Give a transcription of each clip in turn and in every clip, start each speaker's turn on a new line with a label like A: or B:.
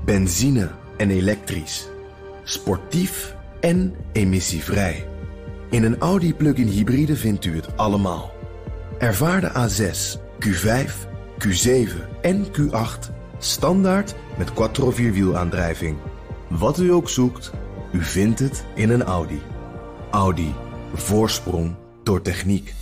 A: Benzine en elektrisch. Sportief en emissievrij. In een Audi plug-in hybride vindt u het allemaal. Ervaar de A6, Q5, Q7 en Q8 standaard met quattro-vierwielaandrijving. Wat u ook zoekt, u vindt het in een Audi. Audi. Voorsprong door techniek.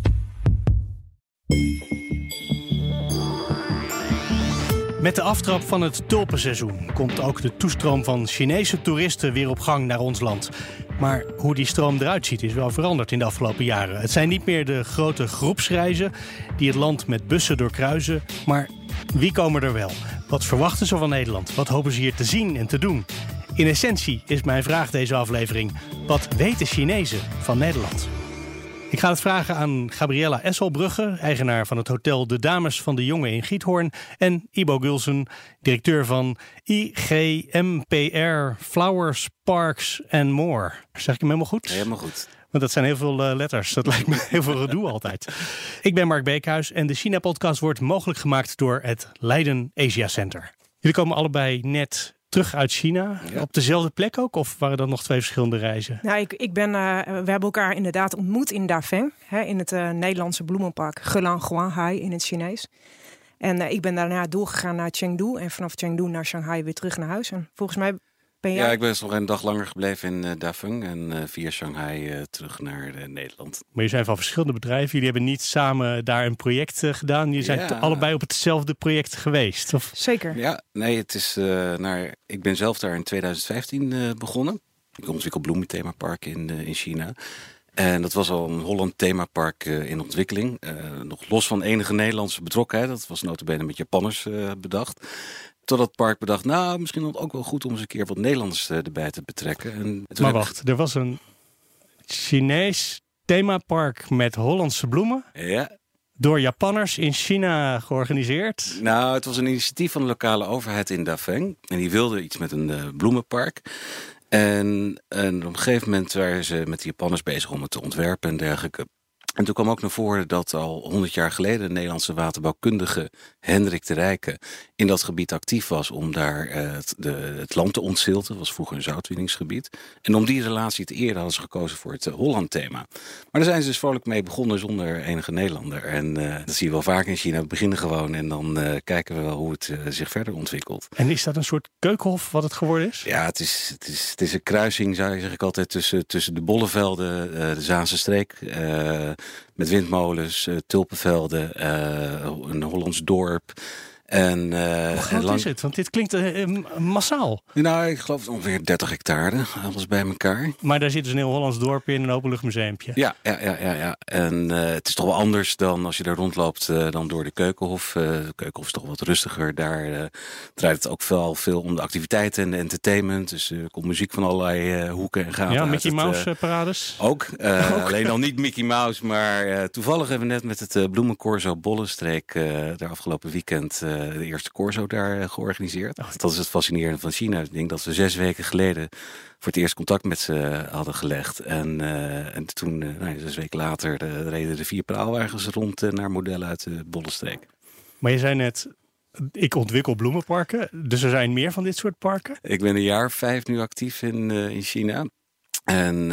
B: Met de aftrap van het tulpenseizoen komt ook de toestroom van Chinese toeristen weer op gang naar ons land. Maar hoe die stroom eruit ziet is wel veranderd in de afgelopen jaren. Het zijn niet meer de grote groepsreizen die het land met bussen doorkruisen. Maar wie komen er wel? Wat verwachten ze van Nederland? Wat hopen ze hier te zien en te doen? In essentie is mijn vraag deze aflevering: wat weten Chinezen van Nederland? Ik ga het vragen aan Gabriella Esselbrugge, eigenaar van het hotel De Dames van de Jonge in Giethoorn, en Ibo Gulsen, directeur van IGMPR, Flowers, Parks and More. Zeg ik hem helemaal goed?
C: Helemaal goed.
B: Want dat zijn heel veel letters. Dat lijkt me heel veel gedoe altijd. Ik ben Mark Beekhuis en de China-podcast wordt mogelijk gemaakt door het Leiden Asia Center. Jullie komen allebei net terug uit China. Ja. Op dezelfde plek ook? Of waren dat nog twee verschillende reizen?
D: Nou, we hebben elkaar inderdaad ontmoet in Dafeng. In het Nederlandse bloemenpark Gelanguanhai in het Chinees. En ik ben daarna doorgegaan naar Chengdu. En vanaf Chengdu naar Shanghai weer terug naar huis. En volgens mij ben jij...
C: Ja, ik ben nog een dag langer gebleven in Dafeng. En via Shanghai terug naar Nederland.
B: Maar je zijn van verschillende bedrijven. Jullie hebben niet samen daar een project gedaan. Jullie zijn allebei op hetzelfde project geweest. Of?
D: Zeker.
C: Ja, nee, het is ik ben zelf daar in 2015 begonnen. Ik ontwikkel bloementhemapark in China. En dat was al een Holland themapark in ontwikkeling. Nog los van enige Nederlandse betrokkenheid. Dat was nota bene met Japanners bedacht. Tot het park bedacht, misschien was het ook wel goed om eens een keer wat Nederlanders erbij te betrekken. En
B: maar wacht, er was een Chinees themapark met Hollandse bloemen.
C: Ja.
B: Door Japanners in China georganiseerd.
C: Nou, het was een initiatief van de lokale overheid in Dafeng. En die wilde iets met een bloemenpark. En op een gegeven moment waren ze met de Japanners bezig om het te ontwerpen en dergelijke. En toen kwam ook naar voren dat al 100 jaar geleden de Nederlandse waterbouwkundige Hendrik de Rijke in dat gebied actief was om daar het land te ontzilten. Dat was vroeger een zoutwinningsgebied. En om die relatie te eren hadden ze gekozen voor het Holland-thema. Maar daar zijn ze dus vrolijk mee begonnen zonder enige Nederlander. En dat zie je wel vaak in China. We beginnen gewoon en dan kijken we wel hoe het zich verder ontwikkelt.
B: En is dat een soort keukenhof wat het geworden is?
C: Ja, het is een kruising, zeg ik altijd, tussen de bollevelden, de Zaanse streek, met windmolens, tulpenvelden, een Hollands dorp. En,
B: hoe groot is het? Want dit klinkt massaal.
C: Nou, ik geloof ongeveer 30 hectare, alles bij elkaar.
B: Maar daar zit dus een heel Hollands dorp in, een openluchtmuseumpje.
C: Ja. En het is toch wel anders dan als je daar rondloopt dan door de Keukenhof. De Keukenhof is toch wat rustiger. Daar draait het ook veel om de activiteiten en de entertainment. Dus er komt muziek van allerlei hoeken en gaten.
B: Ja, Mickey Mouse parades?
C: Ook. Alleen al niet Mickey Mouse, maar toevallig hebben we net met het Bloemencorso Bollenstreek daar afgelopen weekend de eerste corso daar georganiseerd. Dat is het fascinerende van China. Ik denk dat we 6 weken geleden voor het eerst contact met ze hadden gelegd. En toen, 6 weken later, reden de 4 praalwagens rond naar modellen uit de Bollenstreek.
B: Maar je zei net, ik ontwikkel bloemenparken. Dus er zijn meer van dit soort parken?
C: Ik ben een jaar of 5 nu actief in China. En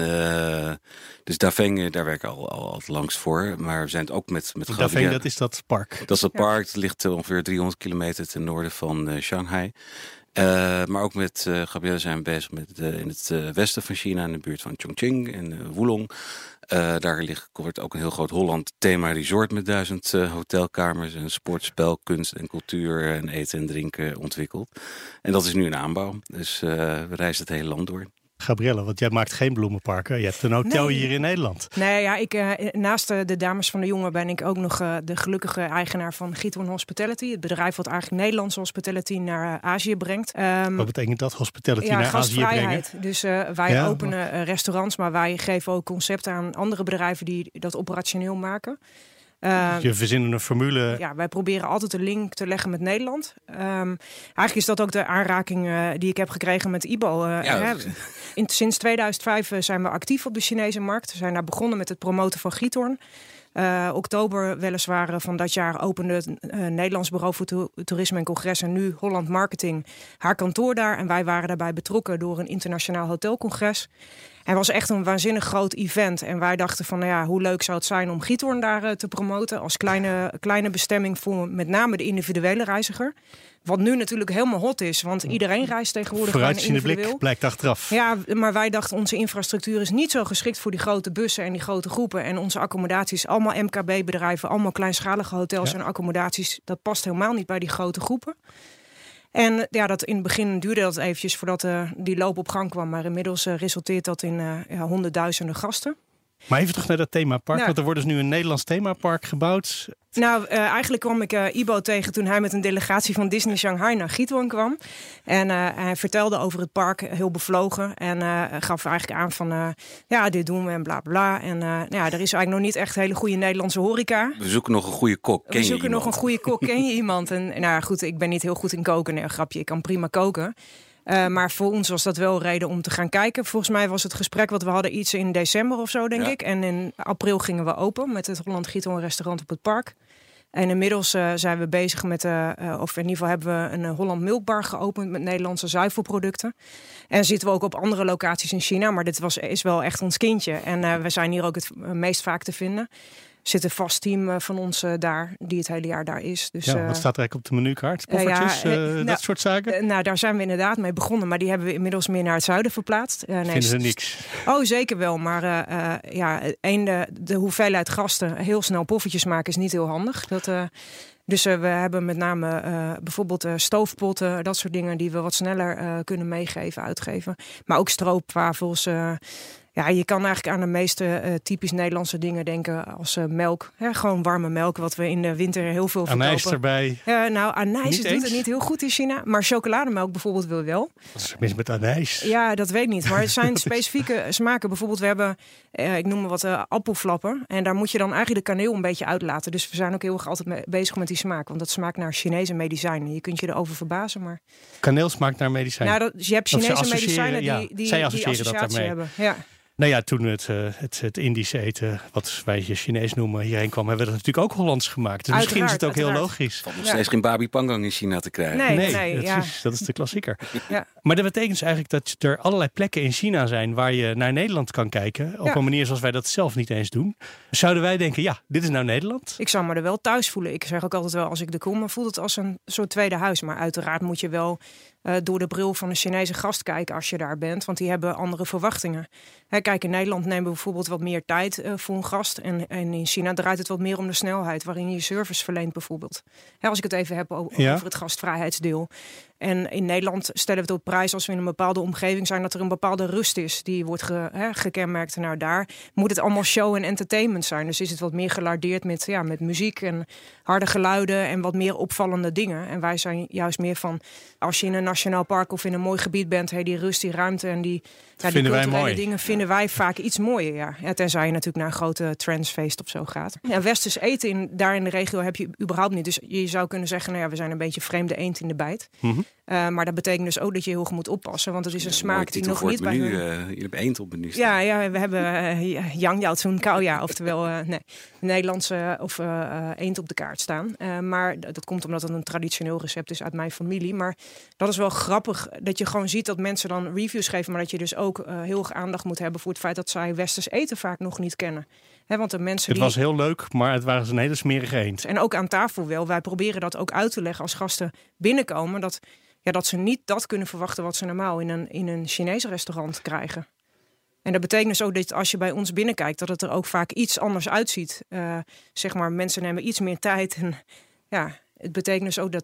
C: dus Dafeng, daar werk ik al het langst voor. Maar we zijn het ook met
B: Dafeng, dat is dat park?
C: Dat is dat park. Het ligt ongeveer 300 kilometer ten noorden van Shanghai. Maar ook met Gabrielle zijn we bezig met in het westen van China, in de buurt van Chongqing en Wulong. Daar wordt ook een heel groot Holland thema resort met 1000 hotelkamers en sport, spel, kunst en cultuur en eten en drinken ontwikkeld. En dat is nu in aanbouw. Dus we reizen het hele land door.
B: Gabrielle, want jij maakt geen bloemenparken. Je hebt een hotel hier in Nederland.
D: Nee, ja, naast de Dames van de Jonge ben ik ook nog de gelukkige eigenaar van Giethoorn Hospitality. Het bedrijf wat eigenlijk Nederlandse hospitality naar Azië brengt.
B: Wat betekent dat, hospitality naar Azië brengen?
D: Dus wij openen restaurants, maar wij geven ook concepten aan andere bedrijven die dat operationeel maken.
B: Je verzinnen een formule.
D: Ja, wij proberen altijd een link te leggen met Nederland. Eigenlijk is dat ook de aanraking die ik heb gekregen met Ibo. Sinds 2005 zijn we actief op de Chinese markt. We zijn daar begonnen met het promoten van Giethoorn. Oktober weliswaar van dat jaar opende het Nederlands Bureau voor Toerisme en Congres en nu Holland Marketing haar kantoor daar. En wij waren daarbij betrokken door een internationaal hotelcongres. En het was echt een waanzinnig groot event. En wij dachten van, hoe leuk zou het zijn om Giethoorn daar te promoten als kleine bestemming voor met name de individuele reiziger. Wat nu natuurlijk helemaal hot is, want iedereen reist tegenwoordig
B: vooruitziende blik blijkt achteraf.
D: Ja, maar wij dachten onze infrastructuur is niet zo geschikt voor die grote bussen en die grote groepen. En onze accommodaties, allemaal MKB-bedrijven, allemaal kleinschalige hotels en accommodaties. Dat past helemaal niet bij die grote groepen. En dat in het begin duurde dat eventjes voordat die loop op gang kwam. Maar inmiddels resulteert dat in honderdduizenden gasten.
B: Maar even terug naar dat themapark, want er wordt dus nu een Nederlands themapark gebouwd.
D: Nou, eigenlijk kwam ik Ibo tegen toen hij met een delegatie van Disney Shanghai naar Giethoorn kwam. En hij vertelde over het park heel bevlogen. En gaf eigenlijk aan van, dit doen we en bla bla. En er is eigenlijk nog niet echt hele goede Nederlandse horeca.
C: We zoeken nog een goede kok. Ken
D: je iemand? En goed, ik ben niet heel goed in koken. Nee, grapje, ik kan prima koken. Maar voor ons was dat wel reden om te gaan kijken. Volgens mij was het gesprek wat we hadden iets in december of zo, denk ik. En in april gingen we open met het Holland Giethoorn restaurant op het park. En inmiddels zijn we bezig met, of in ieder geval hebben we een Holland Milkbar geopend met Nederlandse zuivelproducten. En zitten we ook op andere locaties in China, maar dit is wel echt ons kindje. En we zijn hier ook het meest vaak te vinden. Er zit een vast team van ons daar, die het hele jaar daar is. Dus,
B: wat staat er eigenlijk op de menukaart? Poffertjes, dat soort zaken?
D: Daar zijn we inderdaad mee begonnen, maar die hebben we inmiddels meer naar het zuiden verplaatst.
B: Vinden ze niks?
D: Oh, zeker wel. Maar de hoeveelheid gasten heel snel poffertjes maken is niet heel handig. Dus we hebben met name bijvoorbeeld stoofpotten, dat soort dingen die we wat sneller kunnen meegeven, uitgeven. Maar ook stroopwafels. Je kan eigenlijk aan de meeste typisch Nederlandse dingen denken als melk. Gewoon warme melk, wat we in de winter heel veel verkopen.
B: Anijs erbij.
D: Anijs doet het niet heel goed in China. Maar chocolademelk bijvoorbeeld wil wel.
B: Wat is er mis met anijs?
D: Ja, dat weet ik niet. Maar het zijn specifieke smaken. Bijvoorbeeld we hebben, ik noem maar wat, appelflappen. En daar moet je dan eigenlijk de kaneel een beetje uitlaten. Dus we zijn ook heel erg altijd bezig met die smaak. Want dat smaakt naar Chinese medicijnen. Je kunt je erover verbazen, maar...
B: Kaneel smaakt naar medicijnen?
D: Je hebt Chinese medicijnen die
B: associëren dat daarmee
D: hebben. Ja.
B: Nou ja, toen het Indische eten, wat wij hier Chinees noemen, hierheen kwam, hebben we dat natuurlijk ook Hollands gemaakt. Dus misschien is het ook heel logisch.
C: Valt nog steeds geen babi pangang in China te krijgen.
B: Nee, dat is de klassieker. Ja. Maar dat betekent dus eigenlijk dat er allerlei plekken in China zijn waar je naar Nederland kan kijken. Op een manier zoals wij dat zelf niet eens doen. Zouden wij denken, dit is nou Nederland?
D: Ik zou me er wel thuis voelen. Ik zeg ook altijd wel, als ik er kom, voelt het als een soort tweede huis. Maar uiteraard moet je wel door de bril van een Chinese gast kijken als je daar bent. Want die hebben andere verwachtingen. Kijk, in Nederland nemen we bijvoorbeeld wat meer tijd voor een gast. En in China draait het wat meer om de snelheid waarin je service verleent bijvoorbeeld. Als ik het even heb over het gastvrijheidsdeel. En in Nederland stellen we het op prijs als we in een bepaalde omgeving zijn, dat er een bepaalde rust is. Die wordt gekenmerkt. Nou, daar moet het allemaal show en entertainment zijn. Dus is het wat meer gelardeerd met muziek en harde geluiden en wat meer opvallende dingen. En wij zijn juist meer van, als je in een nationaal park of in een mooi gebied bent, die rust, die ruimte en die culturele dingen vinden wij vaak iets mooier. Ja, tenzij je natuurlijk naar een grote trendsfeest of zo gaat. Ja, westers eten daar in de regio heb je überhaupt niet. Dus je zou kunnen zeggen, we zijn een beetje vreemde eend in de bijt. Mm-hmm. Maar dat betekent dus ook dat je heel goed moet oppassen. Want het is een smaak die nog niet bij hun...
C: Je hebt eend op menu staan.
D: Ja, we hebben Yang Yao Tsun Kauja, oftewel Nederlandse of eend op de kaart staan. Maar dat komt omdat het een traditioneel recept is uit mijn familie. Maar dat is wel grappig dat je gewoon ziet dat mensen dan reviews geven. Maar dat je dus ook heel erg aandacht moet hebben voor het feit dat zij westers eten vaak nog niet kennen. Want de mensen
B: het was heel leuk, maar het was een hele smerige eend.
D: En ook aan tafel wel. Wij proberen dat ook uit te leggen als gasten binnenkomen. Dat ze niet dat kunnen verwachten wat ze normaal in een Chinees restaurant krijgen. En dat betekent dus ook dat als je bij ons binnenkijkt, dat het er ook vaak iets anders uitziet. Mensen nemen iets meer tijd. En het betekent dus ook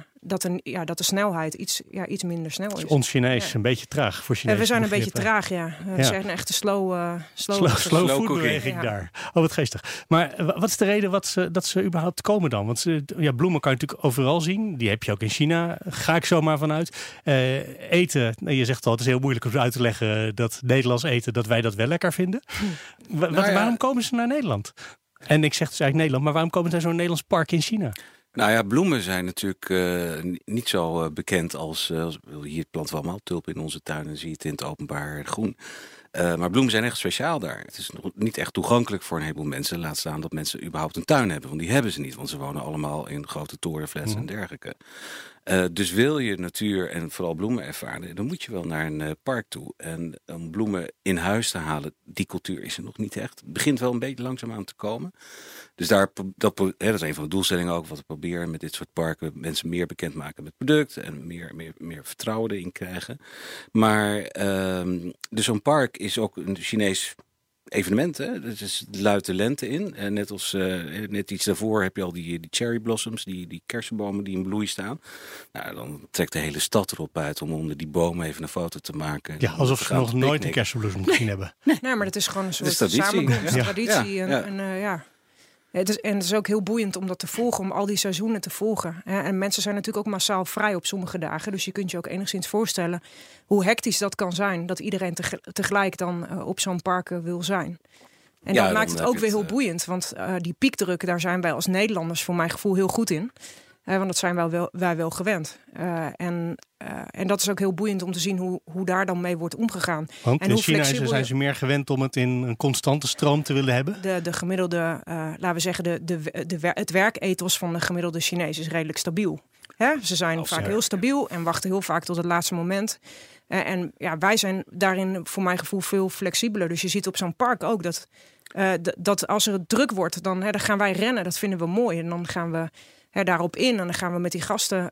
D: dat de snelheid iets minder snel is.
B: Ons Chinees een beetje traag voor Chinees.
D: We zijn een beetje traag, ja. We zijn een echte slow
B: food beweging daar. Oh, wat geestig. Maar wat is de reden dat ze überhaupt komen dan? Want bloemen kan je natuurlijk overal zien. Die heb je ook in China. Ga ik zomaar vanuit. Eten, je zegt al, het is heel moeilijk om uit te leggen dat Nederlands eten, dat wij dat wel lekker vinden. Waarom komen ze naar Nederland? En ik zeg dus eigenlijk Nederland, maar waarom komen ze naar zo'n Nederlands park in China?
C: Nou ja, bloemen zijn natuurlijk niet zo bekend als hier planten we allemaal tulpen in onze tuin en zie je het in het openbaar groen. Maar bloemen zijn echt speciaal daar. Het is nog niet echt toegankelijk voor een heleboel mensen. Laat staan dat mensen überhaupt een tuin hebben. Want die hebben ze niet. Want ze wonen allemaal in grote torenflats en dergelijke. Dus wil je natuur en vooral bloemen ervaren, dan moet je wel naar een park toe. En om bloemen in huis te halen, die cultuur is er nog niet echt. Het begint wel een beetje langzaamaan te komen. Dus dat is een van de doelstellingen ook. Wat we proberen met dit soort parken. Mensen meer bekend maken met het product. En meer vertrouwen erin krijgen. Maar dus zo'n park is ook een Chinees evenement. Hè? Dus het luidt de lente in. En net als net iets daarvoor heb je al die cherry blossoms. Die kersenbomen die in bloei staan. Nou, dan trekt de hele stad erop uit om onder die bomen even een foto te maken.
B: Ja, alsof ze nog nooit een kersenbloesem gezien hebben.
D: Nee, maar dat is gewoon een soort samenkomst, traditie.
C: Ja.
D: Het is ook heel boeiend om dat te volgen, om al die seizoenen te volgen. En mensen zijn natuurlijk ook massaal vrij op sommige dagen. Dus je kunt je ook enigszins voorstellen hoe hectisch dat kan zijn. Dat iedereen tegelijk dan op zo'n park wil zijn. En dat maakt het ook weer heel boeiend. Want die piekdruk, daar zijn wij als Nederlanders voor mijn gevoel heel goed in. Want dat zijn wij wel gewend. En dat is ook heel boeiend om te zien hoe daar dan mee wordt omgegaan.
B: Want
D: en
B: in China zijn ze meer gewend om het in een constante stroom te willen hebben?
D: De gemiddelde, laten we zeggen, het werkethos van de gemiddelde Chinees is redelijk stabiel. Ze zijn vaak heel stabiel en wachten heel vaak tot het laatste moment. En wij zijn daarin voor mijn gevoel veel flexibeler. Dus je ziet op zo'n park ook dat als er druk wordt, dan gaan wij rennen. Dat vinden we mooi. En dan gaan we daarop in. En dan gaan we met die gasten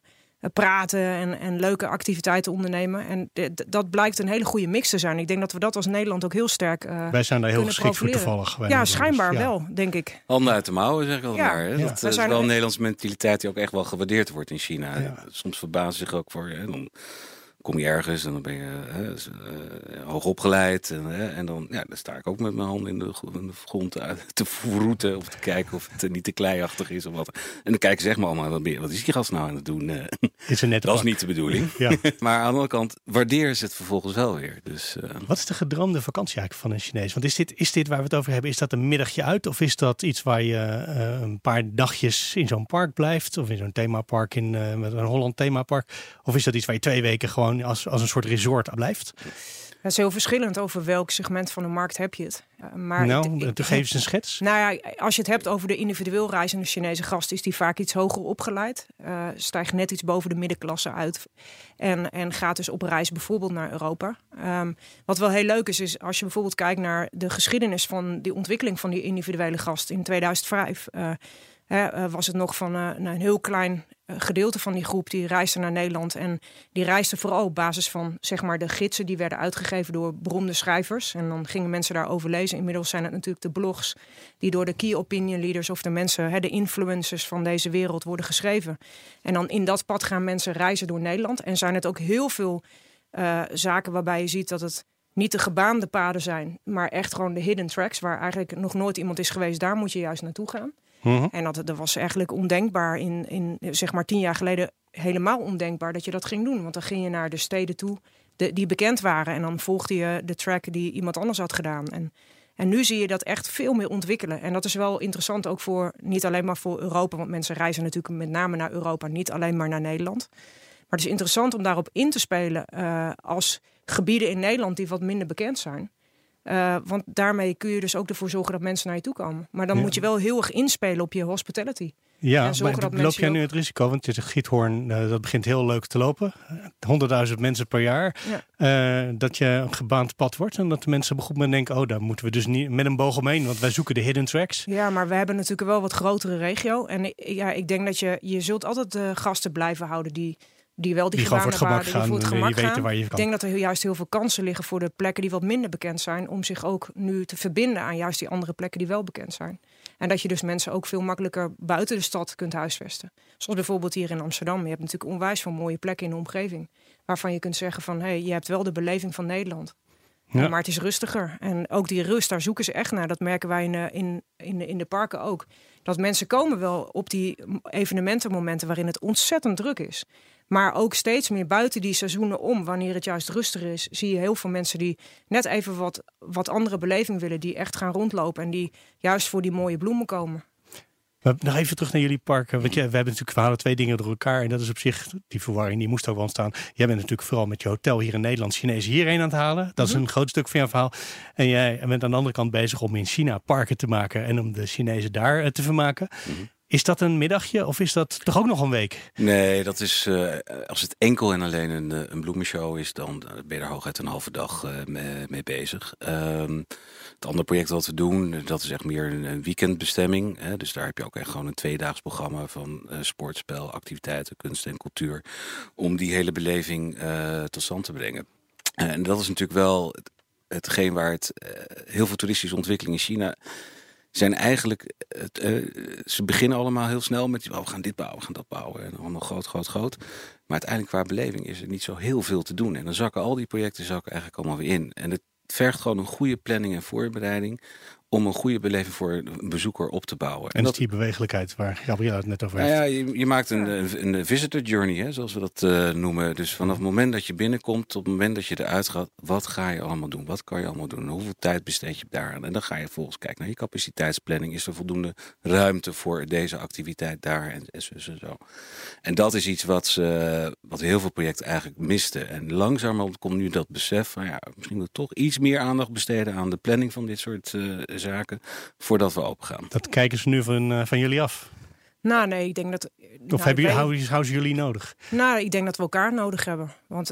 D: praten en leuke activiteiten ondernemen. En dat blijkt een hele goede mix te zijn. Ik denk dat we dat als Nederland ook heel sterk
B: wij zijn daar heel geschikt voor toevallig.
D: Ja, schijnbaar wel, denk ik.
C: Handen uit de mouwen, zeg ik al maar.
B: Ja.
C: Dat is wel een Nederlandse mentaliteit die ook echt wel gewaardeerd wordt in China. Ja. Soms verbazen zich ook voor... Dan kom je ergens en dan ben je hoog opgeleid. En dan sta ik ook met mijn handen in de grond te vroeten of te kijken of het niet te kleiachtig is of wat. En dan kijken ze echt maar allemaal, wat is die gast nou aan het doen? Dat is niet de bedoeling. Ja. Maar aan de andere kant waarderen ze het vervolgens wel weer. Dus,
B: Wat is de gedroomde vakantie eigenlijk van een Chinees? Want is dit waar we het over hebben, is dat een middagje uit? Of is dat iets waar je een paar dagjes in zo'n park blijft? Of in zo'n themapark, met een Holland themapark? Of is dat iets waar je 2 weken gewoon als een soort resort blijft?
D: Dat is heel verschillend over welk segment van de markt heb je het. Maar
B: geef eens een schets.
D: Nou ja, als je het hebt over de individueel reizende Chinese gast, is die vaak iets hoger opgeleid. Stijgt net iets boven de middenklasse uit. En gaat dus op reis bijvoorbeeld naar Europa. Wat wel heel leuk is als je bijvoorbeeld kijkt naar de geschiedenis van die ontwikkeling van die individuele gast. In 2005 was het nog van een heel klein gedeelte van die groep die reisde naar Nederland. En die reisde vooral op basis van zeg maar de gidsen die werden uitgegeven door beroemde schrijvers. En dan gingen mensen daarover lezen. Inmiddels zijn het natuurlijk de blogs die door de key opinion leaders of de mensen, de influencers van deze wereld worden geschreven. En dan in dat pad gaan mensen reizen door Nederland. En zijn het ook heel veel zaken waarbij je ziet dat het niet de gebaande paden zijn, maar echt gewoon de hidden tracks waar eigenlijk nog nooit iemand is geweest. Daar moet je juist naartoe gaan. En dat was eigenlijk ondenkbaar in zeg maar 10 jaar geleden helemaal ondenkbaar dat je dat ging doen. Want dan ging je naar de steden toe die bekend waren. En dan volgde je de track die iemand anders had gedaan. En nu zie je dat echt veel meer ontwikkelen. En dat is wel interessant ook niet alleen maar voor Europa. Want mensen reizen natuurlijk met name naar Europa, niet alleen maar naar Nederland. Maar het is interessant om daarop in te spelen als gebieden in Nederland die wat minder bekend zijn. Want daarmee kun je dus ook ervoor zorgen dat mensen naar je toe komen. Maar dan moet je wel heel erg inspelen op je hospitality.
B: Ja, maar loop jij nu het risico? Want je zegt Giethoorn, dat begint heel leuk te lopen. 100.000 mensen per jaar. Ja. Dat je een gebaand pad wordt. En dat de mensen op een goed moment denken, daar moeten we dus niet met een boog omheen. Want wij zoeken de hidden tracks. Ja,
D: maar we hebben natuurlijk wel wat grotere regio. En ik denk dat je zult altijd de gasten blijven houden die wel die
B: gewoon voor het gemak gaan,
D: voor het gemak
B: weten waar je kan.
D: Ik denk dat er juist heel veel kansen liggen voor de plekken die wat minder bekend zijn, om zich ook nu te verbinden aan juist die andere plekken die wel bekend zijn. En dat je dus mensen ook veel makkelijker buiten de stad kunt huisvesten. Zoals bijvoorbeeld hier in Amsterdam. Je hebt natuurlijk onwijs veel mooie plekken in de omgeving, waarvan je kunt zeggen van, je hebt wel de beleving van Nederland. Ja. Maar het is rustiger. En ook die rust, daar zoeken ze echt naar. Dat merken wij in de parken ook. Dat mensen komen wel op die evenementenmomenten waarin het ontzettend druk is. Maar ook steeds meer buiten die seizoenen om, wanneer het juist rustiger is, zie je heel veel mensen die net even wat andere beleving willen. Die echt gaan rondlopen en die juist voor die mooie bloemen komen.
B: Maar nog even terug naar jullie parken. Want we hadden 2 dingen door elkaar. En dat is op zich, die verwarring, die moest ook wel ontstaan. Jij bent natuurlijk vooral met je hotel hier in Nederland Chinezen hierheen aan het halen. Dat is een groot stuk van jouw verhaal. En jij bent aan de andere kant bezig om in China parken te maken. En om de Chinezen daar te vermaken. Is dat een middagje of is dat toch ook nog een week?
C: Nee, dat is als het enkel en alleen een bloemenshow is, dan ben je er hooguit een halve dag mee bezig. Het andere project wat we doen, dat is echt meer een weekendbestemming. Hè? Dus daar heb je ook echt gewoon een 2-daags programma van sport, spel, activiteiten, kunst en cultuur. Om die hele beleving tot stand te brengen. En dat is natuurlijk wel hetgeen waar het heel veel toeristische ontwikkelingen in China zijn eigenlijk, ze beginnen allemaal heel snel met, we gaan dit bouwen, we gaan dat bouwen. En allemaal groot. Maar uiteindelijk qua beleving is er niet zo heel veel te doen. En dan zakken al die projecten eigenlijk allemaal weer in. En het vergt gewoon een goede planning en voorbereiding om een goede beleving voor een bezoeker op te bouwen.
B: En dat is die bewegelijkheid waar Gabriella het net over heeft.
C: Nou ja, je maakt een visitor journey, hè, zoals we dat noemen. Dus vanaf het moment dat je binnenkomt tot het moment dat je eruit gaat, wat ga je allemaal doen? Wat kan je allemaal doen? Hoeveel tijd besteed je daaraan? En dan ga je volgens kijken naar je capaciteitsplanning. Is er voldoende ruimte voor deze activiteit daar? En zo. En dat is iets wat heel veel projecten eigenlijk misten. En langzamerhand komt nu dat besef van misschien moet toch iets meer aandacht besteden aan de planning van dit soort zaken voordat we open gaan. Dat
B: kijken ze nu van jullie af?
D: Nou, nee, ik denk dat...
B: Of houden ze jullie nodig?
D: Nou, ik denk dat we elkaar nodig hebben. Want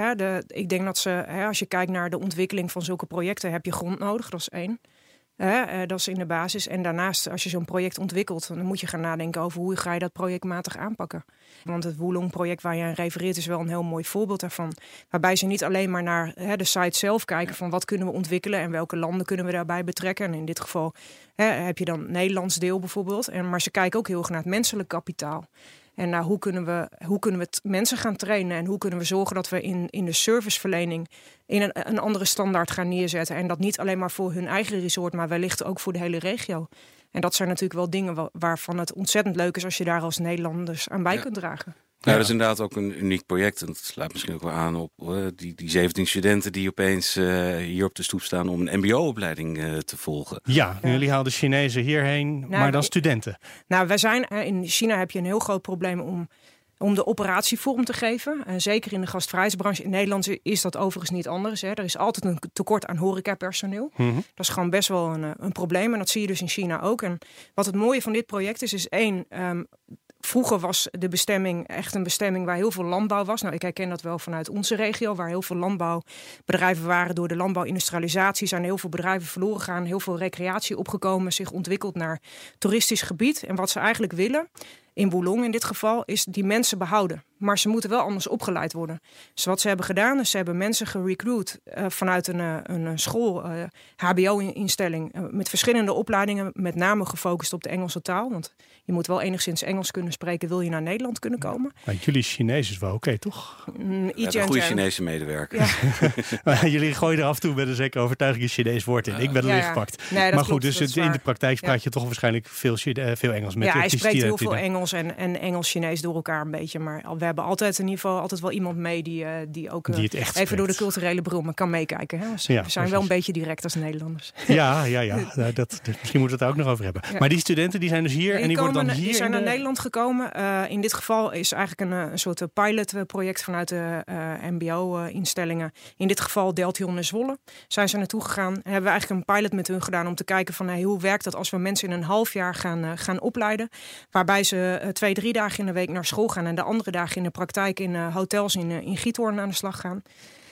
D: ik denk dat als je kijkt naar de ontwikkeling van zulke projecten, heb je grond nodig, dat is 1. Dat is in de basis. En daarnaast, als je zo'n project ontwikkelt, dan moet je gaan nadenken over hoe ga je dat projectmatig aanpakken. Want het Wulong-project waar je aan refereert is wel een heel mooi voorbeeld daarvan. Waarbij ze niet alleen maar naar de site zelf kijken van wat kunnen we ontwikkelen en welke landen kunnen we daarbij betrekken. En in dit geval heb je dan Nederlands deel bijvoorbeeld. Maar ze kijken ook heel erg naar het menselijk kapitaal. En naar hoe kunnen we mensen gaan trainen en hoe kunnen we zorgen dat we in de serviceverlening in een andere standaard gaan neerzetten. En dat niet alleen maar voor hun eigen resort, maar wellicht ook voor de hele regio. En dat zijn natuurlijk wel dingen waarvan het ontzettend leuk is als je daar als Nederlanders aan bij kunt dragen.
C: Ja, dat is inderdaad ook een uniek project. En dat slaat misschien ook wel aan op die 17 studenten die opeens hier op de stoep staan om een mbo-opleiding te volgen.
B: Ja, jullie haalden Chinezen hierheen, maar dan studenten.
D: Nou, wij zijn in China heb je een heel groot probleem om de operatie vorm te geven. Zeker in de gastvrijheidsbranche. In Nederland is dat overigens niet anders. Er is altijd een tekort aan horecapersoneel. Dat is gewoon best wel een probleem. En dat zie je dus in China ook. En wat het mooie van dit project is 1... Vroeger was de bestemming echt een bestemming waar heel veel landbouw was. Nou, ik herken dat wel vanuit onze regio, waar heel veel landbouwbedrijven waren. Door de landbouwindustrialisatie zijn heel veel bedrijven verloren gegaan. Heel veel recreatie opgekomen, zich ontwikkeld naar toeristisch gebied. En wat ze eigenlijk willen, in Wulong in dit geval, is die mensen behouden. Maar ze moeten wel anders opgeleid worden. Dus wat ze hebben gedaan, is ze hebben mensen gerecruit vanuit een school, hbo-instelling, met verschillende opleidingen, met name gefocust op de Engelse taal. Want je moet wel enigszins Engels kunnen spreken, wil je naar Nederland kunnen komen.
B: Maar jullie Chinees is wel oké, toch?
C: Een goede Chinese medewerker.
B: Ja. Jullie gooien er af en toe met een zekere overtuiging een Chinees woord in. Ik ben er gepakt.
D: Nee,
B: maar goed, dus in de praktijk praat je toch waarschijnlijk veel Engels met.
D: Ja, hij spreekt heel veel Engels en Engels-Chinees door elkaar een beetje. Maar we hebben altijd in ieder geval wel iemand mee die ook
B: die het echt
D: even door de culturele bril kan meekijken. Hè? We zijn wel een beetje direct als Nederlanders.
B: Ja. Nou, misschien moeten we het daar ook nog over hebben. Ja. Maar die studenten die zijn dus hier en die worden dan hier...
D: Die zijn naar Nederland gekomen. In dit geval is eigenlijk een soort pilotproject vanuit de mbo-instellingen. In dit geval Deltion en Zwolle. Zijn ze naartoe gegaan en hebben we eigenlijk een pilot met hun gedaan om te kijken van hoe werkt dat als we mensen in een half jaar gaan opleiden. Waarbij ze 2-3 dagen in de week naar school gaan en de andere dagen in de praktijk in hotels in Giethoorn aan de slag gaan.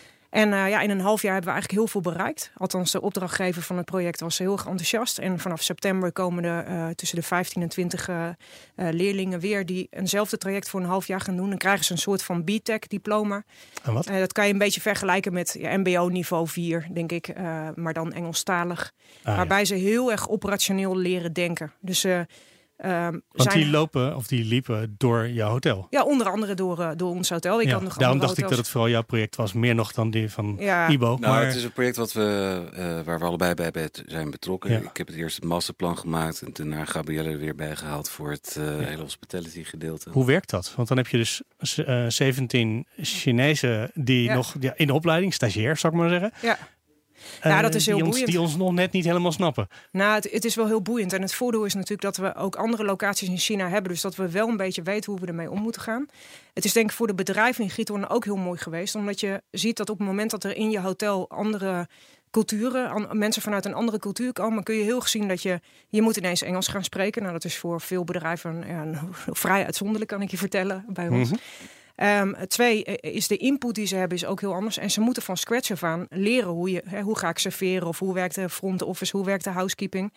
D: En in een half jaar hebben we eigenlijk heel veel bereikt. Althans, de opdrachtgever van het project was heel erg enthousiast. En vanaf september komen er tussen de 15 en 20 leerlingen weer die eenzelfde traject voor een half jaar gaan doen. Dan krijgen ze een soort van BTEC-diploma.
B: En wat?
D: Dat kan je een beetje vergelijken met mbo-niveau 4, denk ik. Maar dan Engelstalig. Waarbij ze heel erg operationeel leren denken. Dus...
B: Want die liepen door jouw hotel?
D: Ja, onder andere door ons hotel.
B: Daarom dacht ik dat het vooral jouw project was, meer nog dan die van Ibo.
C: Nou, het is een project waar we allebei bij zijn betrokken. Ja. Ik heb het eerst het masterplan gemaakt en daarna Gabrielle er weer bij gehaald voor het hele hospitality gedeelte.
B: Hoe werkt dat? Want dan heb je dus 17 Chinezen die nog in de opleiding, stagiairs zou ik maar zeggen.
D: Ja. Dat is heel boeiend.
B: Die ons nog net niet helemaal snappen.
D: Nou, het is wel heel boeiend. En het voordeel is natuurlijk dat we ook andere locaties in China hebben. Dus dat we wel een beetje weten hoe we ermee om moeten gaan. Het is denk ik voor de bedrijven in Giethoorn ook heel mooi geweest. Omdat je ziet dat op het moment dat er in je hotel andere culturen, mensen vanuit een andere cultuur komen, kun je heel erg zien dat je moet ineens Engels gaan spreken. Nou, dat is voor veel bedrijven vrij uitzonderlijk, kan ik je vertellen, bij ons. 2 is de input die ze hebben is ook heel anders. En ze moeten van scratch af aan leren hoe ga ik serveren of hoe werkt de front office, hoe werkt de housekeeping.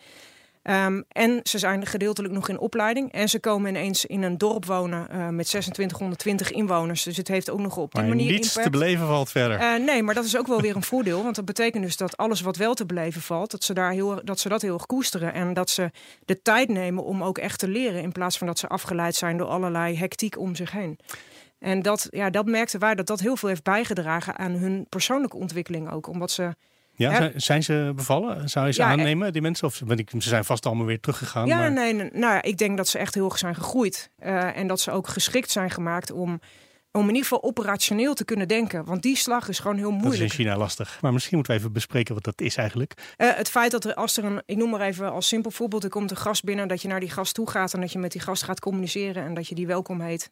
D: En ze zijn gedeeltelijk nog in opleiding. En ze komen ineens in een dorp wonen met 2620 inwoners. Dus het heeft ook nog op die manier
B: niets
D: impact.
B: Te beleven valt verder.
D: Nee, maar dat is ook wel weer een voordeel. Want dat betekent dus dat alles wat wel te beleven valt, dat ze dat heel erg koesteren. En dat ze de tijd nemen om ook echt te leren. In plaats van dat ze afgeleid zijn door allerlei hectiek om zich heen. En dat merkten wij dat heel veel heeft bijgedragen aan hun persoonlijke ontwikkeling ook. Omdat ze...
B: Zijn ze bevallen? Zou je ze aannemen, die mensen? Of ze zijn vast allemaal weer teruggegaan?
D: Ja, nee. Ik denk dat ze echt heel erg zijn gegroeid. En dat ze ook geschikt zijn gemaakt om in ieder geval operationeel te kunnen denken. Want die slag is gewoon heel moeilijk.
B: Dat is in China lastig. Maar misschien moeten we even bespreken wat dat is eigenlijk.
D: Het feit dat ik noem maar even als simpel voorbeeld, er komt een gast binnen, dat je naar die gast toe gaat en dat je met die gast gaat communiceren en dat je die welkom heet.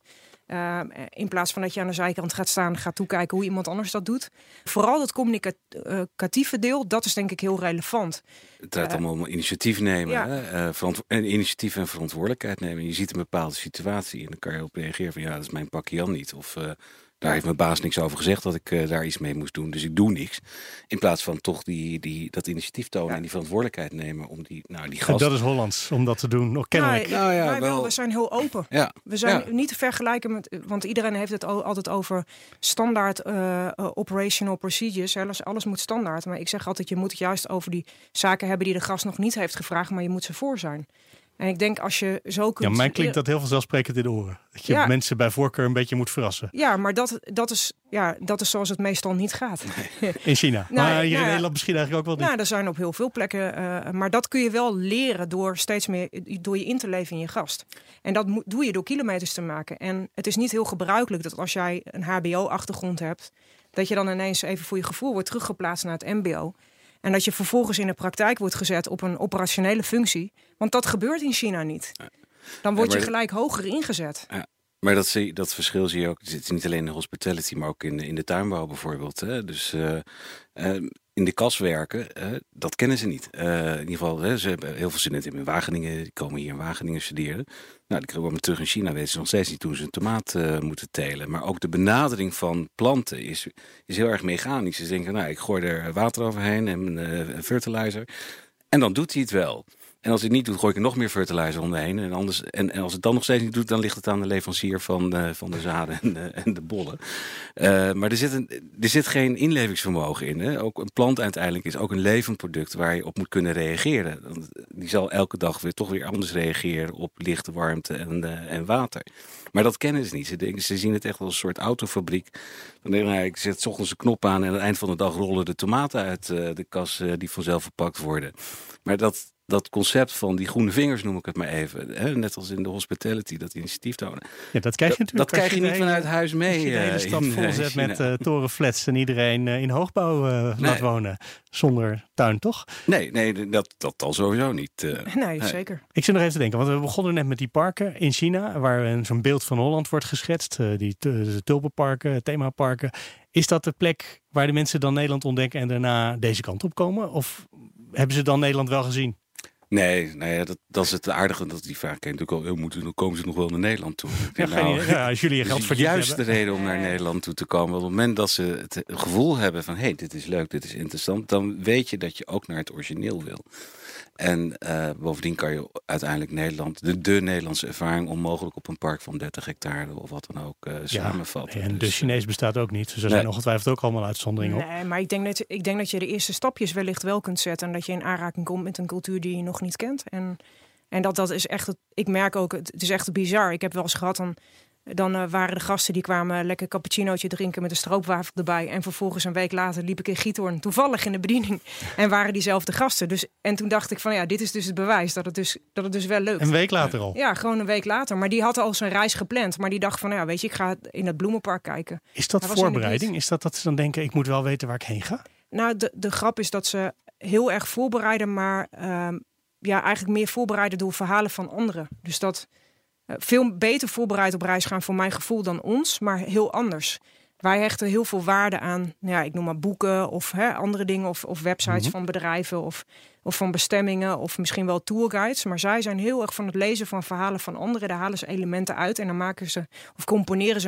D: In plaats van dat je aan de zijkant gaat staan, gaat toekijken hoe iemand anders dat doet. Vooral dat communicatieve deel, dat is denk ik heel relevant.
C: Het draait allemaal om initiatief nemen.
D: Ja.
C: Initiatief en verantwoordelijkheid nemen. Je ziet een bepaalde situatie en dan kan je op reageren van dat is mijn pakje Jan niet. Of daar heeft mijn baas niks over gezegd dat ik daar iets mee moest doen. Dus ik doe niks. In plaats van toch dat initiatief tonen en die verantwoordelijkheid nemen om die gast.
B: Dat is Hollands, om dat te doen. Nog kennelijk.
D: We zijn heel open.
C: Ja.
D: We zijn niet te vergelijken met, want iedereen heeft het altijd over standaard operational procedures. Alles moet standaard. Maar ik zeg altijd, je moet het juist over die zaken hebben die de gast nog niet heeft gevraagd, maar je moet ze voor zijn. En ik denk als je zo kunt...
B: Ja, mij klinkt dat heel vanzelfsprekend in de oren. Dat je mensen bij voorkeur een beetje moet verrassen. Ja,
D: maar dat is zoals het meestal niet gaat.
B: In China. Maar hier in Nederland misschien eigenlijk ook wel niet.
D: Er zijn op heel veel plekken. Maar dat kun je wel leren door steeds meer door je in te leven in je gast. En dat doe je door kilometers te maken. En het is niet heel gebruikelijk dat als jij een HBO-achtergrond hebt, dat je dan ineens even voor je gevoel wordt teruggeplaatst naar het MBO. En dat je vervolgens in de praktijk wordt gezet op een operationele functie. Want dat gebeurt in China niet. Dan word je gelijk hoger ingezet.
C: Ja. Maar dat verschil zie je ook. Het is niet alleen in de hospitality, maar ook in de tuinbouw bijvoorbeeld. Hè. Dus in de kas werken, dat kennen ze niet. In ieder geval, ze hebben heel veel studenten in Wageningen. Die komen hier in Wageningen studeren. Nou, die komen terug in China, weten ze nog steeds niet hoe ze een tomaat moeten telen. Maar ook de benadering van planten is heel erg mechanisch. Ze denken, ik gooi er water overheen en een fertilizer. En dan doet hij het wel. En als hij het niet doet, gooi ik er nog meer fertilizer omheen. En als het dan nog steeds niet doet, dan ligt het aan de leverancier van de zaden en de bollen. Maar er zit geen inlevingsvermogen in. Hè? Ook een plant uiteindelijk is ook een levend product waar je op moet kunnen reageren. Die zal elke dag toch weer anders reageren op lichte warmte en water. Maar dat kennen ze niet. Ze zien het echt als een soort autofabriek. Dan denk ik zet 's ochtends een knop aan en aan het eind van de dag rollen de tomaten uit de kas die vanzelf verpakt worden. Maar dat concept van die groene vingers, noem ik het maar even. Hè? Net als in de hospitality, dat initiatief tonen.
B: Ja, dat krijg je natuurlijk.
C: Dat krijg je niet vanuit huis mee.
B: Als je de hele stad volzet met torenflats en iedereen in hoogbouw laat wonen. Zonder tuin, toch?
C: Nee, dat al sowieso niet.
D: Nee, zeker.
B: Ik zit nog even te denken, want we begonnen net met die parken in China, waar zo'n beeld van Holland wordt geschetst. De tulpenparken, themaparken. Is dat de plek waar de mensen dan Nederland ontdekken en daarna deze kant op komen? Of hebben ze dan Nederland wel gezien?
C: Nee, dat is het aardige dat die vraag natuurlijk al heel moeten. Dan komen ze nog wel naar Nederland toe.
B: Als jullie je geld verdiend hebben.
C: Juist de reden om naar Nederland toe te komen. Op het moment dat ze het gevoel hebben van dit is leuk, dit is interessant, dan weet je dat je ook naar het origineel wil. En bovendien kan je uiteindelijk de Nederlandse ervaring onmogelijk op een park van 30 hectare of wat dan ook samenvatten.
B: En de Chinees bestaat ook niet. Dus er zijn ongetwijfeld ook allemaal uitzonderingen op.
D: Nee, maar ik denk dat je de eerste stapjes wellicht wel kunt zetten. En dat je in aanraking komt met een cultuur die je nog niet kent. En dat is echt, ik merk ook, het is echt bizar. Ik heb wel eens gehad, dan waren de gasten die kwamen lekker cappuccinootje drinken met een stroopwafel erbij. En vervolgens een week later liep ik in Giethoorn toevallig in de bediening. En waren diezelfde gasten. En toen dacht ik van dit is dus het bewijs dat het dus wel lukt.
B: Een week later al?
D: Ja, gewoon een week later. Maar die had al zijn reis gepland. Maar die dacht van weet je, ik ga in het bloemenpark kijken.
B: Is dat voorbereiding? Is dat ze dan denken, ik moet wel weten waar ik heen ga?
D: Nou, de grap is dat ze heel erg voorbereiden, maar eigenlijk meer voorbereiden door verhalen van anderen. Dus dat veel beter voorbereid op reis gaan voor mijn gevoel dan ons, maar heel anders. Wij hechten heel veel waarde aan, ik noem maar boeken of andere dingen of websites van bedrijven of van bestemmingen of misschien wel tourguides. Maar zij zijn heel erg van het lezen van verhalen van anderen. Daar halen ze elementen uit en dan maken ze of componeren ze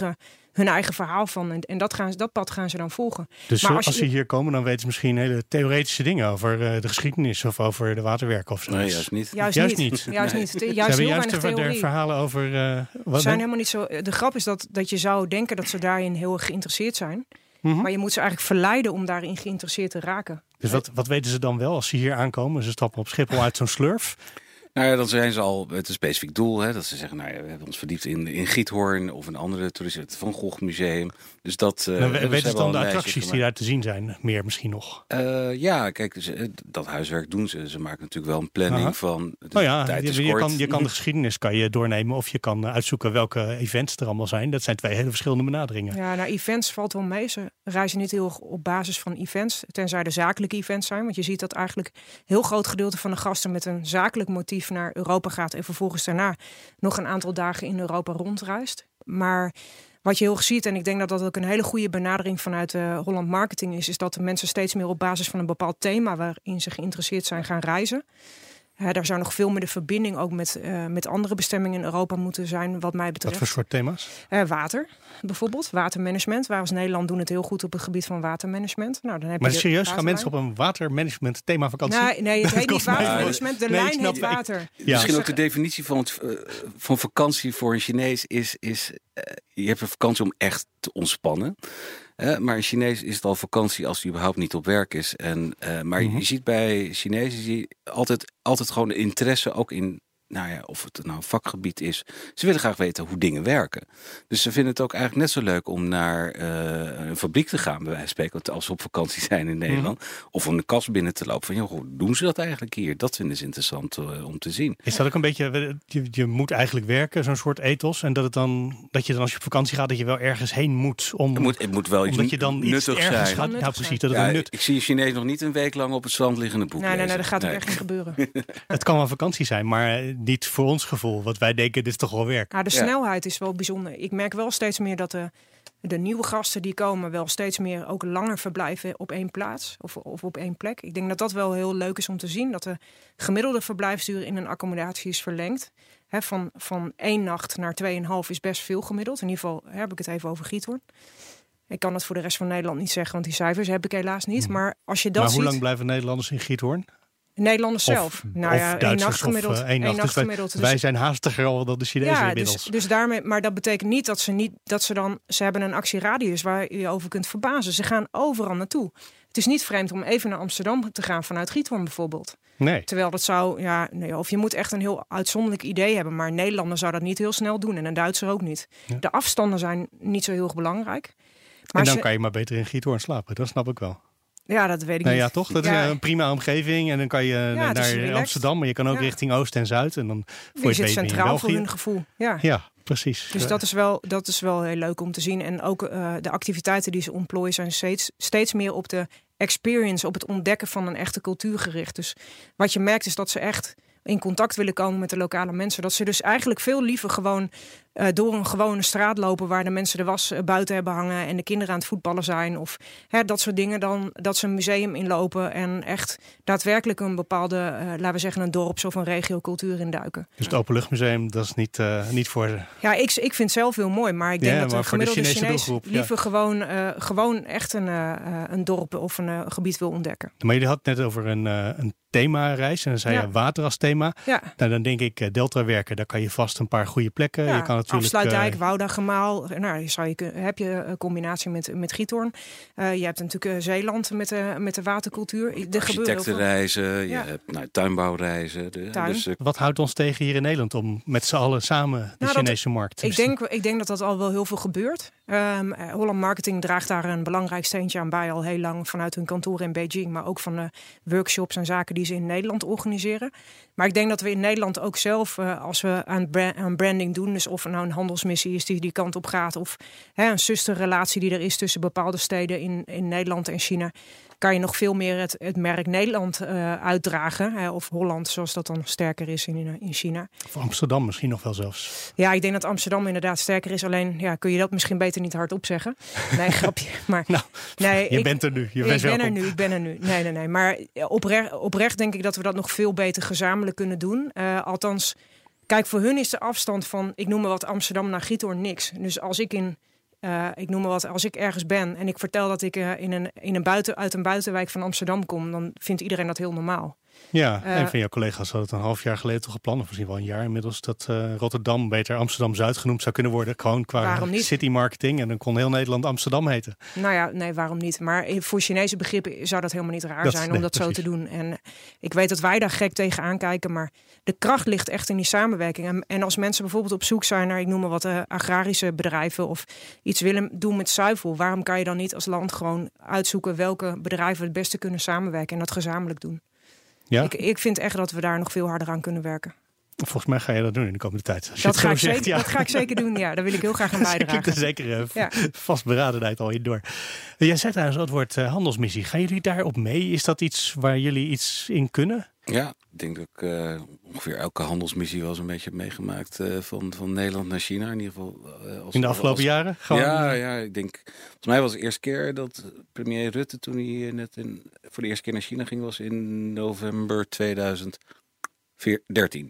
D: hun eigen verhaal van. En dat pad gaan ze dan volgen.
B: Dus maar als ze hier komen, dan weten ze misschien hele theoretische dingen over de geschiedenis of over de waterwerken of zo.
C: Nee, juist niet.
D: Juist niet. Ze
B: hebben juist de verhalen over...
D: Ze zijn helemaal niet zo... De grap is dat je zou denken dat ze daarin heel erg geïnteresseerd zijn. Maar je moet ze eigenlijk verleiden om daarin geïnteresseerd te raken.
B: Dus wat weten ze dan wel als ze hier aankomen? Ze stappen op Schiphol uit zo'n slurf.
C: Nou ja, dan zijn ze al met een specifiek doel. Dat ze zeggen, we hebben ons verdiept in Giethoorn of een andere toerisme, het Van Gogh Museum. Dus dat.
B: Weten ze dan de attracties die daar te zien zijn? Meer misschien nog?
C: Kijk, dat huiswerk doen ze. Ze maken natuurlijk wel een planning van de tijd is kort.
B: Je kan de geschiedenis doornemen of je kan uitzoeken welke events er allemaal zijn. Dat zijn 2 hele verschillende benaderingen.
D: Ja, events valt wel mee. Ze reizen niet heel erg op basis van events, tenzij de zakelijke events zijn. Want je ziet dat eigenlijk een heel groot gedeelte van de gasten met een zakelijk motief naar Europa gaat en vervolgens daarna nog een aantal dagen in Europa rondreist. Maar wat je heel erg ziet, en ik denk dat dat ook een hele goede benadering vanuit Holland Marketing is dat de mensen steeds meer op basis van een bepaald thema waarin ze geïnteresseerd zijn gaan reizen. Daar zou nog veel meer de verbinding ook met andere bestemmingen in Europa moeten zijn, wat mij betreft.
B: Wat voor soort thema's?
D: Water, bijvoorbeeld. Watermanagement. Wij als Nederland doen het heel goed op het gebied van watermanagement. Nou, dan heb
B: maar serieus, gaan mensen op een watermanagement themavakantie?
D: Nee, het heet niet watermanagement. De lijn heet water.
C: Misschien ook de definitie van vakantie voor een Chinees is je hebt een vakantie om echt te ontspannen. Maar in Chinees is het al vakantie als hij überhaupt niet op werk is. Maar je ziet bij Chinezen altijd gewoon de interesse ook in, of het nou een vakgebied is. Ze willen graag weten hoe dingen werken. Dus ze vinden het ook eigenlijk net zo leuk om naar een fabriek te gaan, bij wijze van spreken, als ze op vakantie zijn in Nederland. Of om de kast binnen te lopen. Van, hoe doen ze dat eigenlijk hier? Dat vinden ze interessant om te zien.
B: Is dat ook een beetje, je moet eigenlijk werken, zo'n soort ethos. En dat je dan als je op vakantie gaat, dat je wel ergens heen moet.
C: Het moet wel iets nuttig zijn.
B: Gaat. Nou, precies. Dat het nut.
C: Ik zie een Chinees nog niet een week lang op het strand liggen en een boek lezen.
D: Nee, dat gaat ook echt niet gebeuren.
B: Het kan wel vakantie zijn, maar niet voor ons gevoel. Wat wij denken, dit is toch wel werk.
D: De snelheid is wel bijzonder. Ik merk wel steeds meer dat de nieuwe gasten die komen wel steeds meer ook langer verblijven op één plaats of op één plek. Ik denk dat dat wel heel leuk is om te zien. Dat de gemiddelde verblijfsduur in een accommodatie is verlengd. Van 1 nacht naar 2,5 is best veel gemiddeld. In ieder geval heb ik het even over Giethoorn. Ik kan het voor de rest van Nederland niet zeggen, want die cijfers heb ik helaas niet. Maar als je dat ziet...
B: hoe lang blijven Nederlanders in Giethoorn?
D: Nederlanders zelf.
B: Of Duitsers
D: 1 nacht gemiddeld.
B: Of 1 nacht gemiddeld. Wij zijn haastiger al dan de Chinezen inmiddels.
D: Dus daarmee, maar dat betekent niet dat ze hebben een actieradius waar je over kunt verbazen. Ze gaan overal naartoe. Het is niet vreemd om even naar Amsterdam te gaan vanuit Giethoorn bijvoorbeeld.
B: Nee.
D: Terwijl dat zou, of je moet echt een heel uitzonderlijk idee hebben. Maar een Nederlander zou dat niet heel snel doen en een Duitser ook niet. Ja. De afstanden zijn niet zo heel erg belangrijk. Maar
B: en dan kan je maar beter in Giethoorn slapen, dat snap ik wel.
D: Ja, dat weet ik niet.
B: Ja, toch? Dat is een prima omgeving. En dan kan je naar Amsterdam, maar je kan ook richting Oost en Zuid. En dan
D: je zit centraal voor hun gevoel.
B: Ja, precies.
D: Dus dat is wel heel leuk om te zien. En ook de activiteiten die ze ontplooien zijn steeds meer op de experience, op het ontdekken van een echte cultuur gericht. Dus wat je merkt is dat ze echt in contact willen komen met de lokale mensen. Dat ze dus eigenlijk veel liever gewoon door een gewone straat lopen waar de mensen de was buiten hebben hangen en de kinderen aan het voetballen zijn. Of dat soort dingen dan dat ze een museum inlopen en echt daadwerkelijk een bepaalde, laten we zeggen, een dorps- of een regiocultuur induiken.
B: Dus het Openluchtmuseum, dat is niet voor ze.
D: Ja, ik vind het zelf heel mooi, maar ik denk dat de gemiddelde Chinees liever gewoon echt een dorp of een gebied wil ontdekken.
B: Maar jullie hadden het net over een themareis en dan zei je water als thema. Ja. Nou, dan denk ik Delta werken, daar kan je vast een paar goede plekken.
D: Ja,
B: je kan natuurlijk
D: Afsluitdijk, Wouda, Gemaal. Nou, heb je een combinatie met Giethoorn. Je hebt natuurlijk Zeeland met de watercultuur.
C: Architectenreizen, je hebt tuinbouwreizen. Dus,
B: wat houdt ons tegen hier in Nederland om met z'n allen samen de Chinese markt te
D: ik denk dat al wel heel veel gebeurt. Holland Marketing draagt daar een belangrijk steentje aan bij al heel lang vanuit hun kantoor in Beijing, maar ook van workshops en zaken die ze in Nederland organiseren. Maar ik denk dat we in Nederland ook zelf, als we aan branding doen, dus of nou een handelsmissie is die kant op gaat, of een zusterrelatie die er is tussen bepaalde steden in Nederland en China, kan je nog veel meer het merk Nederland uitdragen. Of Holland, zoals dat dan sterker is in China.
B: Of Amsterdam misschien nog wel zelfs.
D: Ja, ik denk dat Amsterdam inderdaad sterker is. Alleen kun je dat misschien beter niet hardop zeggen. Nee, grapje. Maar,
B: je bent er nu. Ik
D: ben er nu. Nee. Maar oprecht denk ik dat we dat nog veel beter gezamenlijk kunnen doen. Althans, kijk, voor hun is de afstand van, ik noem maar wat, Amsterdam naar Giethoorn niks. Dus als ik als ik ergens ben en ik vertel dat ik uit een buitenwijk van Amsterdam kom, dan vindt iedereen dat heel normaal.
B: Ja, een van jouw collega's had het een half jaar geleden toch gepland, of misschien wel een jaar inmiddels, dat Rotterdam beter Amsterdam-Zuid genoemd zou kunnen worden. Gewoon qua city marketing. En dan kon heel Nederland Amsterdam heten. Nou ja, nee, waarom niet? Maar voor Chinese begrippen zou dat helemaal niet raar zijn om dat precies zo te doen. En ik weet dat wij daar gek tegen aankijken, maar de kracht ligt echt in die samenwerking. En als mensen bijvoorbeeld op zoek zijn naar, ik noem maar wat, agrarische bedrijven of iets willen doen met zuivel, waarom kan je dan niet als land gewoon uitzoeken welke bedrijven het beste kunnen samenwerken en dat gezamenlijk doen? Ja? Ik vind echt dat we daar nog veel harder aan kunnen werken. Volgens mij ga je dat doen in de komende tijd. Dat ga ik zeker doen, ja. Daar wil ik heel graag aan bijdragen. Ik heb er zeker vastberadenheid al in door. Jij zei trouwens het woord handelsmissie. Gaan jullie daarop mee? Is dat iets waar jullie iets in kunnen?
C: Ja, ik denk dat ik ongeveer elke handelsmissie wel zo'n beetje heb meegemaakt. Van Nederland naar China in ieder geval.
B: In de afgelopen jaren? Gewoon...
C: Ja, ik denk... Volgens mij was het de eerste keer dat premier Rutte, toen hij net voor de eerste keer naar China ging, was in november 2013.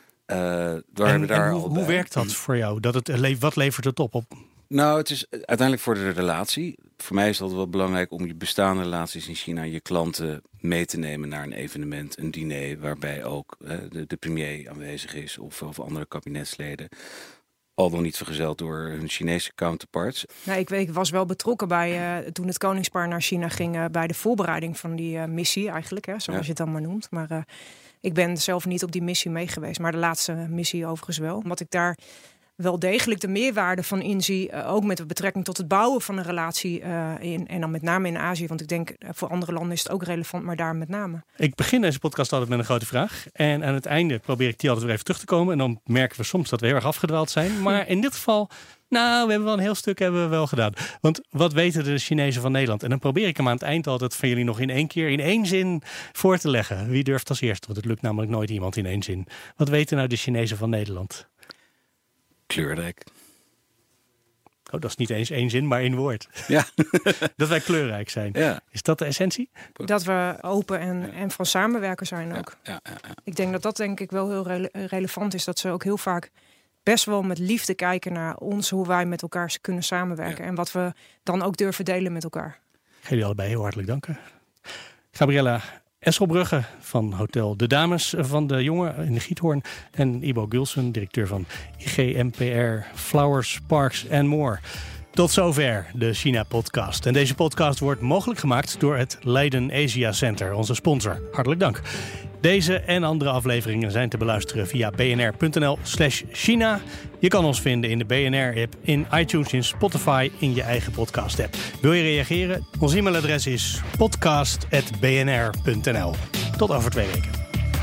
B: Hoe werkt dat voor jou? Wat levert het op?
C: Nou, het is uiteindelijk voor de relatie. Voor mij is het wel belangrijk om je bestaande relaties in China, je klanten mee te nemen naar een evenement, een diner, waarbij ook de premier aanwezig is of andere kabinetsleden. Al dan niet vergezeld door hun Chinese counterparts. Nou,
D: ik was wel betrokken bij toen het koningspaar naar China ging, bij de voorbereiding van die missie eigenlijk, zoals je het dan maar noemt. Maar ik ben zelf niet op die missie mee geweest, maar de laatste missie overigens wel. Omdat ik daar wel degelijk de meerwaarde van inzie, ook met betrekking tot het bouwen van een relatie en dan met name in Azië, want ik denk voor andere landen is het ook relevant, maar daar met name. Ik begin deze podcast altijd met een grote vraag en aan het einde probeer ik die altijd weer even terug te komen en dan merken we soms dat we heel erg afgedwaald zijn, maar in dit geval, we hebben wel een heel stuk wel gedaan. Want wat weten de Chinezen van Nederland? En dan probeer ik hem aan het eind altijd van jullie nog in één zin voor te leggen. Wie durft als eerste? Want het lukt namelijk nooit iemand in één zin. Wat weten nou de Chinezen van Nederland?
C: Kleurrijk.
B: Oh, dat is niet eens één zin, maar één woord. Ja. Dat wij kleurrijk zijn. Ja. Is dat de essentie? Dat we open en van samenwerken zijn ook. Ja. Ik denk dat denk ik wel heel relevant is. Dat ze ook heel vaak best wel met liefde kijken naar ons, hoe wij met elkaar kunnen samenwerken. Ja. En wat we dan ook durven delen met elkaar. Ik ga jullie allebei heel hartelijk danken. Gabriella Esselbrugge van Hotel De Dames van de Jongen in de Giethoorn. En Ibo Gulsen, directeur van IGMPR, Flowers, Parks and More. Tot zover de China-podcast. En deze podcast wordt mogelijk gemaakt door het Leiden Asia Center, onze sponsor. Hartelijk dank. Deze en andere afleveringen zijn te beluisteren via bnr.nl/China. Je kan ons vinden in de BNR-app, in iTunes, in Spotify, in je eigen podcast-app. Wil je reageren? Ons e-mailadres is podcast@bnr.nl. Tot over 2 weken.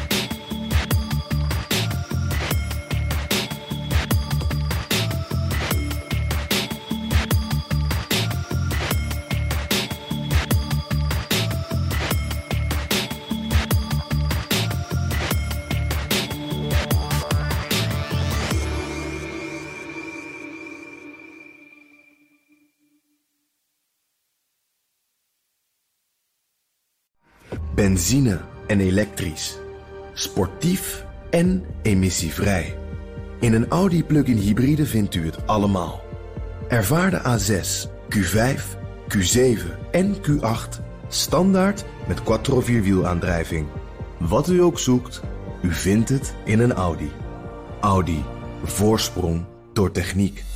A: Benzine en elektrisch. Sportief en emissievrij. In een Audi plug-in hybride vindt u het allemaal. Ervaar de A6, Q5, Q7 en Q8 standaard met quattro-vierwielaandrijving. Wat u ook zoekt, u vindt het in een Audi. Audi. Voorsprong door techniek.